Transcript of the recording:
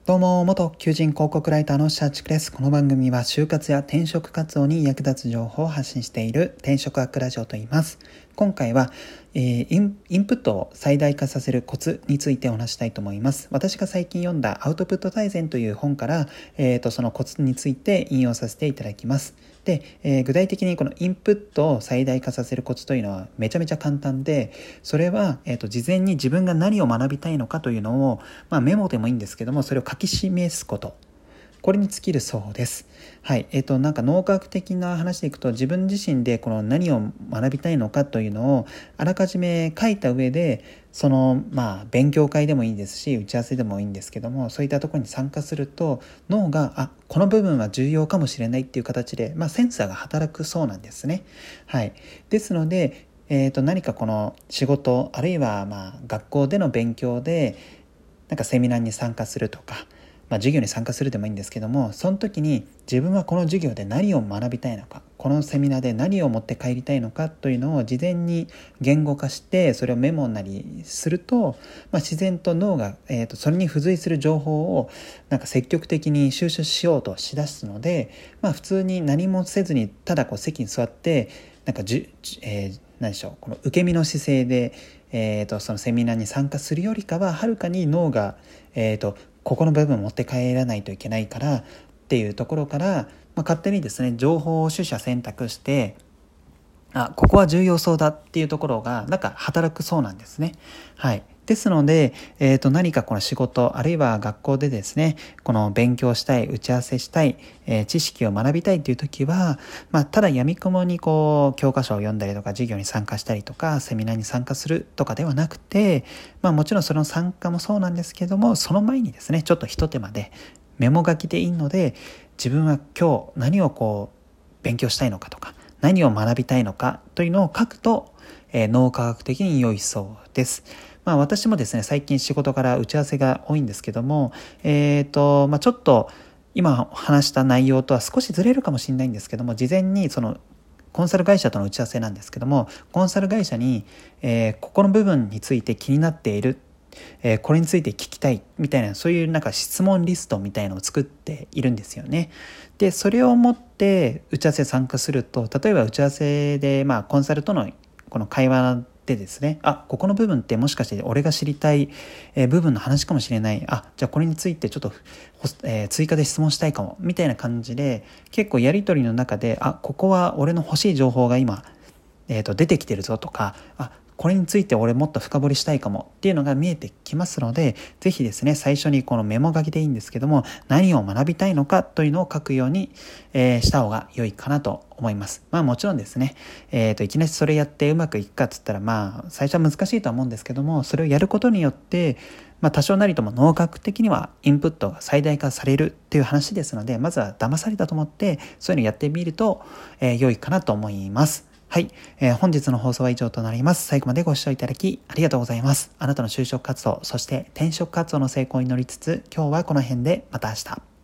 どうも、元求人広告ライターの社畜です。この番組は就活や転職活動に役立つ情報を発信している転職アックラジオと言います。今回は、インプットを最大化させるコツについてお話したいと思います。私が最近読んだアウトプット大全という本から、そのコツについて引用させていただきます。で、具体的にこのインプットを最大化させるコツというのはめちゃめちゃ簡単で、それは、事前に自分が何を学びたいのかというのを、メモでもいいんですけども、それを書き示すこと。これに尽きるそうです。はい。なんか脳科学的な話でいくと、自分自身でこの何を学びたいのかというのをあらかじめ書いた上で、勉強会でもいいですし、打ち合わせでもいいんですけども、そういったところに参加すると、脳が、この部分は重要かもしれないっていう形で、センサーが働くそうなんですね。はい。ですので、何かこの仕事、あるいは学校での勉強で、なんかセミナーに参加するとか、授業に参加するでもいいんですけども、その時に自分はこの授業で何を学びたいのか、このセミナーで何を持って帰りたいのかというのを事前に言語化して、それをメモなりすると、自然と脳が、それに付随する情報をなんか積極的に収集しようとしだすので、普通に何もせずにただ席に座ってなんか何でしょう、この受け身の姿勢で、そのセミナーに参加するよりかははるかに脳が、ここの部分を持って帰らないといけないからっていうところから、勝手にですね情報を取捨選択して、ここは重要そうだっていうところがなんか働くそうなんですね。はい。ですので、何かこの仕事あるいは学校でですね、この勉強したい、打ち合わせしたい、知識を学びたいという時は、ただ闇雲に教科書を読んだりとか授業に参加したりとかセミナーに参加するとかではなくて、もちろんその参加もそうなんですけども、その前にですねちょっと一手間でメモ書きでいいので、自分は今日何を勉強したいのかとか何を学びたいのかというのを書くと、脳科学的に良いそうです。私もですね最近仕事から打ち合わせが多いんですけども、ちょっと今話した内容とは少しずれるかもしれないんですけども、事前にそのコンサル会社との打ち合わせなんですけども、コンサル会社に、ここの部分について気になっている、これについて聞きたいみたいな、そういうなんか質問リストみたいのを作っているんですよね。でそれを持って打ち合わせ参加すると、例えば打ち合わせでコンサルとのこの会話でですね、ここの部分ってもしかして俺が知りたい部分の話かもしれない、じゃあこれについてちょっと、追加で質問したいかもみたいな感じで、結構やり取りの中でここは俺の欲しい情報が今、出てきてるぞとか、これについて俺もっと深掘りしたいかもっていうのが見えてきますので、ぜひですね最初にこのメモ書きでいいんですけども、何を学びたいのかというのを書くように、した方が良いかなと思います。もちろんですね、いきなりそれやってうまくいくかっつったら最初は難しいとは思うんですけども、それをやることによって多少なりとも脳科学的にはインプットが最大化されるっていう話ですので、まずは騙されたと思ってそういうのやってみると、良いかなと思います。はい、本日の放送は以上となります。最後までご視聴いただきありがとうございます。あなたの就職活動、そして転職活動の成功に乗りつつ、今日はこの辺で、また明日。